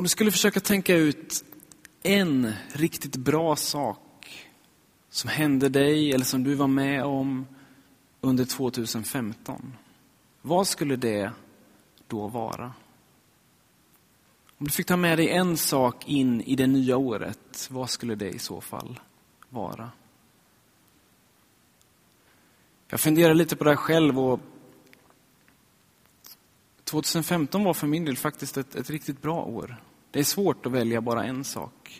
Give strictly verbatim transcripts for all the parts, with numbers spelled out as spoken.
du skulle försöka tänka ut en riktigt bra sak som hände dig eller som du var med om under tjugohundrafemton. Vad skulle det då vara? Om du fick ta med dig en sak in i det nya året, vad skulle det i så fall vara? Jag funderar lite på det här själv och tjugohundrafemton var för min del faktiskt ett, ett riktigt bra år. Det är svårt att välja bara en sak.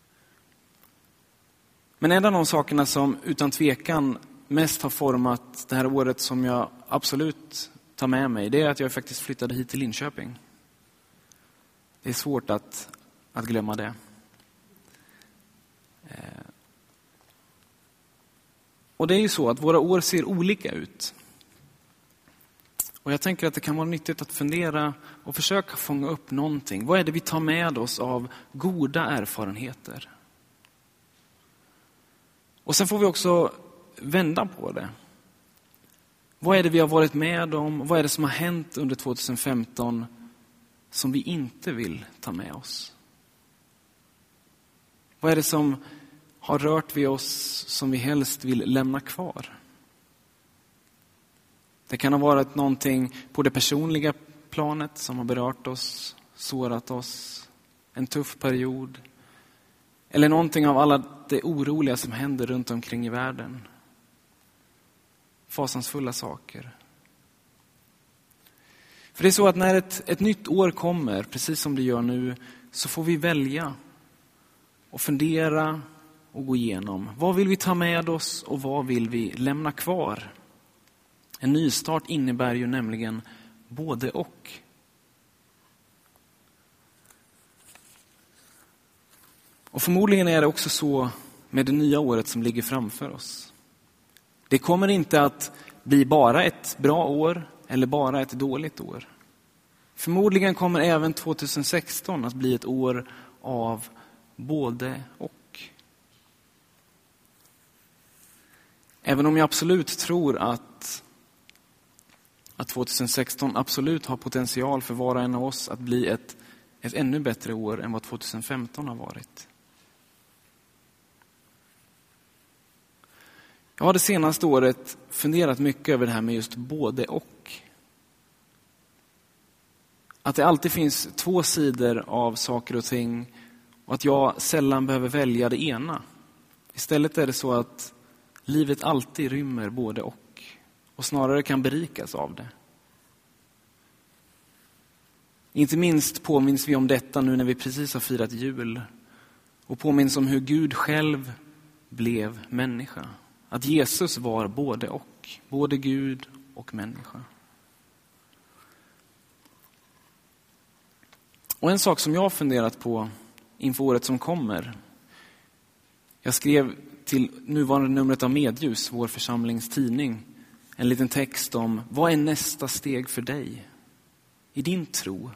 Men en av de sakerna som utan tvekan mest har format det här året som jag absolut tar med mig, det är att jag faktiskt flyttade hit till Linköping. Det är svårt att, att glömma det. Och det är ju så att våra år ser olika ut. Och jag tänker att det kan vara nyttigt att fundera och försöka fånga upp någonting. Vad är det vi tar med oss av goda erfarenheter? Och sen får vi också vända på det. Vad är det vi har varit med om? Vad är det som har hänt under tjugohundrafemton som vi inte vill ta med oss? Vad är det som har rört vid oss som vi helst vill lämna kvar? Det kan ha varit någonting på det personliga planet som har berört oss, sårat oss, en tuff period. Eller någonting av alla det oroliga som händer runt omkring i världen. Fasansfulla saker. För det är så att när ett, ett nytt år kommer, precis som det gör nu, så får vi välja och fundera och gå igenom. Vad vill vi ta med oss och vad vill vi lämna kvar? En nystart innebär ju nämligen både och. Och förmodligen är det också så med det nya året som ligger framför oss. Det kommer inte att bli bara ett bra år eller bara ett dåligt år. Förmodligen kommer även tjugohundrasexton att bli ett år av både och. Även om jag absolut tror att, att tjugohundrasexton absolut har potential för var och en av oss att bli ett, ett ännu bättre år än vad tjugohundrafemton har varit. Jag har det senaste året funderat mycket över det här med just både och. Att det alltid finns två sidor av saker och ting och att jag sällan behöver välja det ena. Istället är det så att livet alltid rymmer både och och snarare kan berikas av det. Inte minst påminns vi om detta nu när vi precis har firat jul och påminns om hur Gud själv blev människa. Att Jesus var både och, både Gud och människa. Och en sak som jag har funderat på inför året som kommer. Jag skrev till nuvarande numret av Medljus, vår församlingstidning, en liten text om vad är nästa steg för dig i din tro?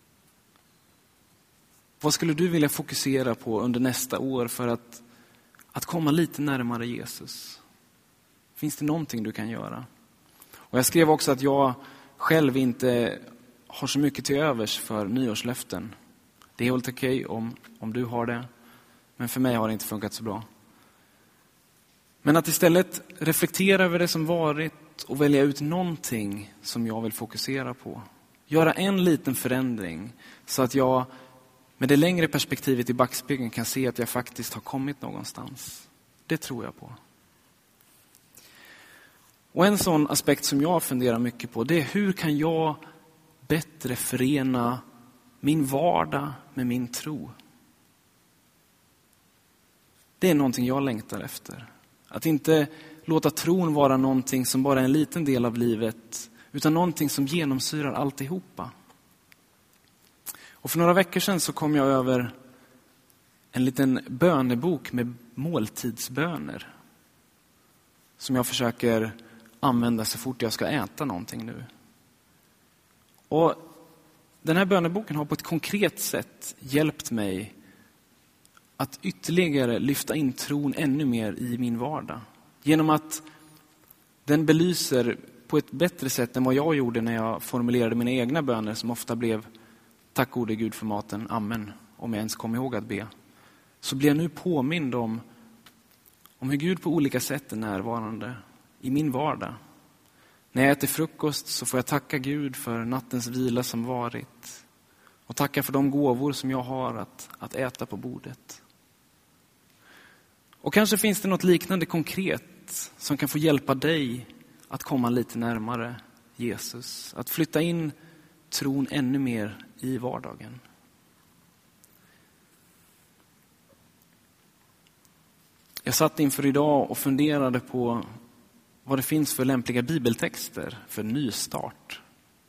Vad skulle du vilja fokusera på under nästa år för att, att komma lite närmare Jesus? Finns det någonting du kan göra? Och jag skrev också att jag själv inte har så mycket till övers för nyårslöften. Det är helt okej om, om du har det. Men för mig har det inte funkat så bra. Men att istället reflektera över det som varit och välja ut någonting som jag vill fokusera på. Göra en liten förändring så att jag med det längre perspektivet i backspegeln kan se att jag faktiskt har kommit någonstans. Det tror jag på. Och en sån aspekt som jag funderar mycket på, det är hur kan jag bättre förena min vardag med min tro? Det är någonting jag längtar efter. Att inte låta tron vara någonting som bara är en liten del av livet, utan någonting som genomsyrar alltihopa. Och för några veckor sedan så kom jag över en liten bönebok med måltidsböner som jag försöker använda så fort jag ska äta någonting nu. Och den här böneboken har på ett konkret sätt hjälpt mig att ytterligare lyfta in tron ännu mer i min vardag. Genom att den belyser på ett bättre sätt än vad jag gjorde när jag formulerade mina egna böner som ofta blev tack gode Gud för maten, amen, om jag ens kommer ihåg att be, så blir jag nu påmind om, om hur Gud på olika sätt är närvarande i min vardag. När jag äter frukost så får jag tacka Gud för nattens vila som varit och tacka för de gåvor som jag har att, att äta på bordet. Och kanske finns det något liknande konkret som kan få hjälpa dig att komma lite närmare Jesus. Att flytta in tron ännu mer i vardagen. Jag satt inför idag och funderade på vad det finns för lämpliga bibeltexter för nystart.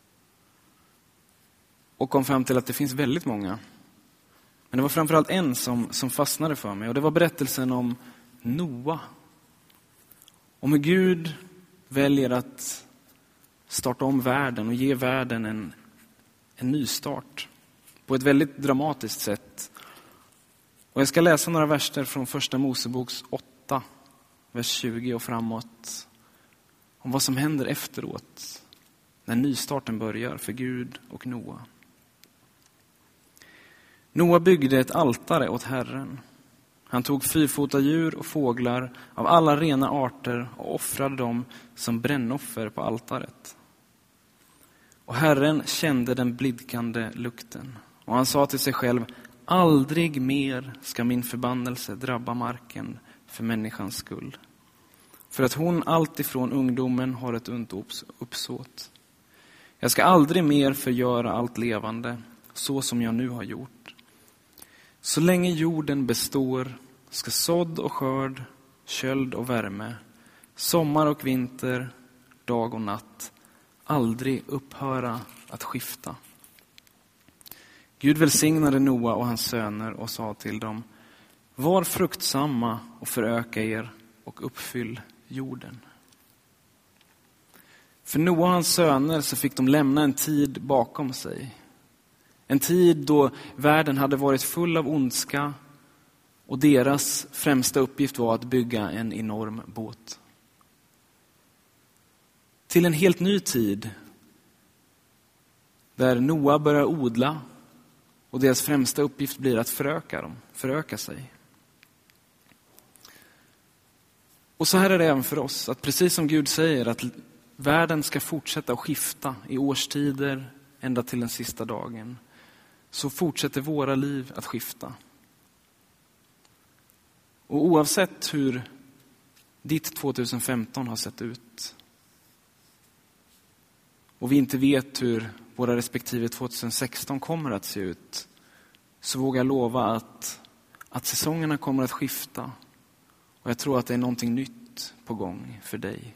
Och kom fram till att det finns väldigt många. Men det var framförallt en som, som fastnade för mig. Och det var berättelsen om Noa. Om hur Gud väljer att starta om världen och ge världen en, en nystart. På ett väldigt dramatiskt sätt. Och jag ska läsa några verser från första Moseboks åtta, vers tjugo och framåt. Om vad som händer efteråt. När nystarten börjar för Gud och Noa. Noa byggde ett altare åt Herren. Han tog fyrfota djur och fåglar av alla rena arter och offrade dem som brännoffer på altaret. Och Herren kände den blidkande lukten. Och han sa till sig själv, aldrig mer ska min förbannelse drabba marken för människans skull. För att hon alltifrån ungdomen har ett ont uppsåt. Jag ska aldrig mer förgöra allt levande så som jag nu har gjort. Så länge jorden består ska sådd och skörd, köld och värme, sommar och vinter, dag och natt aldrig upphöra att skifta. Gud välsignade Noa och hans söner och sa till dem, var fruktsamma och föröka er och uppfyll jorden. För Noa och hans söner så fick de lämna en tid bakom sig. En tid då världen hade varit full av ondska och deras främsta uppgift var att bygga en enorm båt. Till en helt ny tid där Noa börjar odla och deras främsta uppgift blir att föröka dem, föröka sig. Och så här är det även för oss, att precis som Gud säger att världen ska fortsätta att skifta i årstider ända till den sista dagen, så fortsätter våra liv att skifta. Och oavsett hur ditt tjugohundrafemton har sett ut och vi inte vet hur våra respektive tjugohundrasexton kommer att se ut, så vågar jag lova att, att säsongerna kommer att skifta. Och jag tror att det är någonting nytt på gång för dig.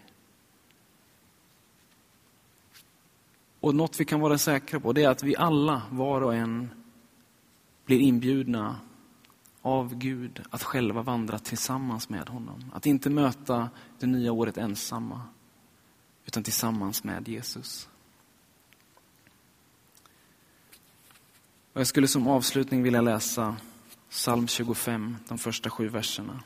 Och något vi kan vara säkra på, det är att vi alla, var och en, blir inbjudna av Gud att själva vandra tillsammans med honom. Att inte möta det nya året ensamma, utan tillsammans med Jesus. Och jag skulle som avslutning vilja läsa psalm tjugofem, de första sju verserna.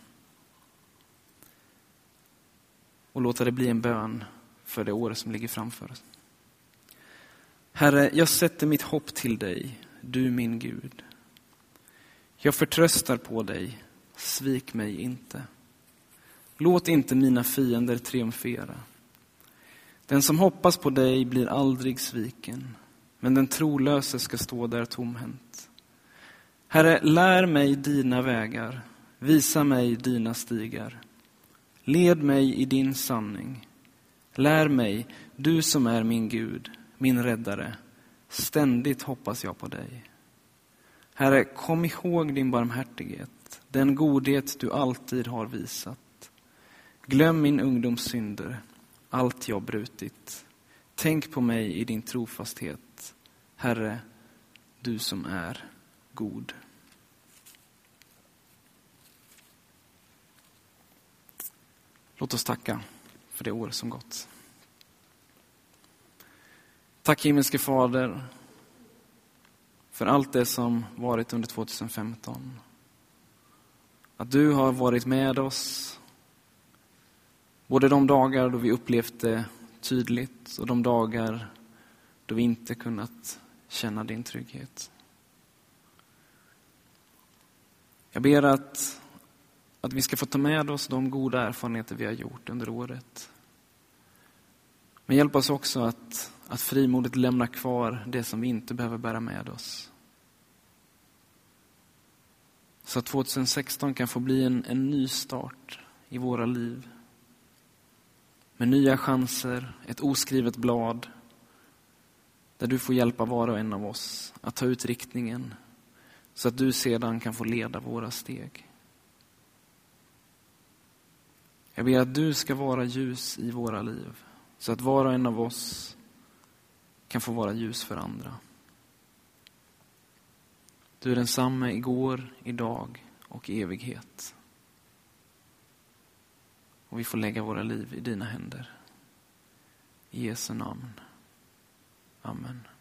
Och låta det bli en bön för det år som ligger framför oss. Herre, jag sätter mitt hopp till dig, du min Gud. Jag förtröstar på dig, svik mig inte. Låt inte mina fiender triumfera. Den som hoppas på dig blir aldrig sviken, men den trolöse ska stå där tomhänt. Herre, lär mig dina vägar, visa mig dina stigar. Led mig i din sanning. Lär mig, du som är min Gud, min räddare. Ständigt hoppas jag på dig. Herre, kom ihåg din barmhärtighet, den godhet du alltid har visat. Glöm min ungdoms synder, allt jag brutit. Tänk på mig i din trofasthet, Herre, du som är god. Låt oss tacka för det år som gått. Tack himmelske Fader för allt det som varit under tjugohundrafemton. Att du har varit med oss både de dagar då vi upplevt det tydligt och de dagar då vi inte kunnat känna din trygghet. Jag ber att, att vi ska få ta med oss de goda erfarenheter vi har gjort under året. Men hjälp oss också att, att frimodigt lämna kvar det som vi inte behöver bära med oss. Så att tjugohundrasexton kan få bli en, en ny start i våra liv. Med nya chanser, ett oskrivet blad. Där du får hjälpa var och en av oss att ta ut riktningen. Så att du sedan kan få leda våra steg. Jag ber att du ska vara ljus i våra liv. Så att var och en av oss kan få vara ljus för andra. Du är densamma igår, idag och i evighet. Och vi får lägga våra liv i dina händer. I Jesu namn. Amen.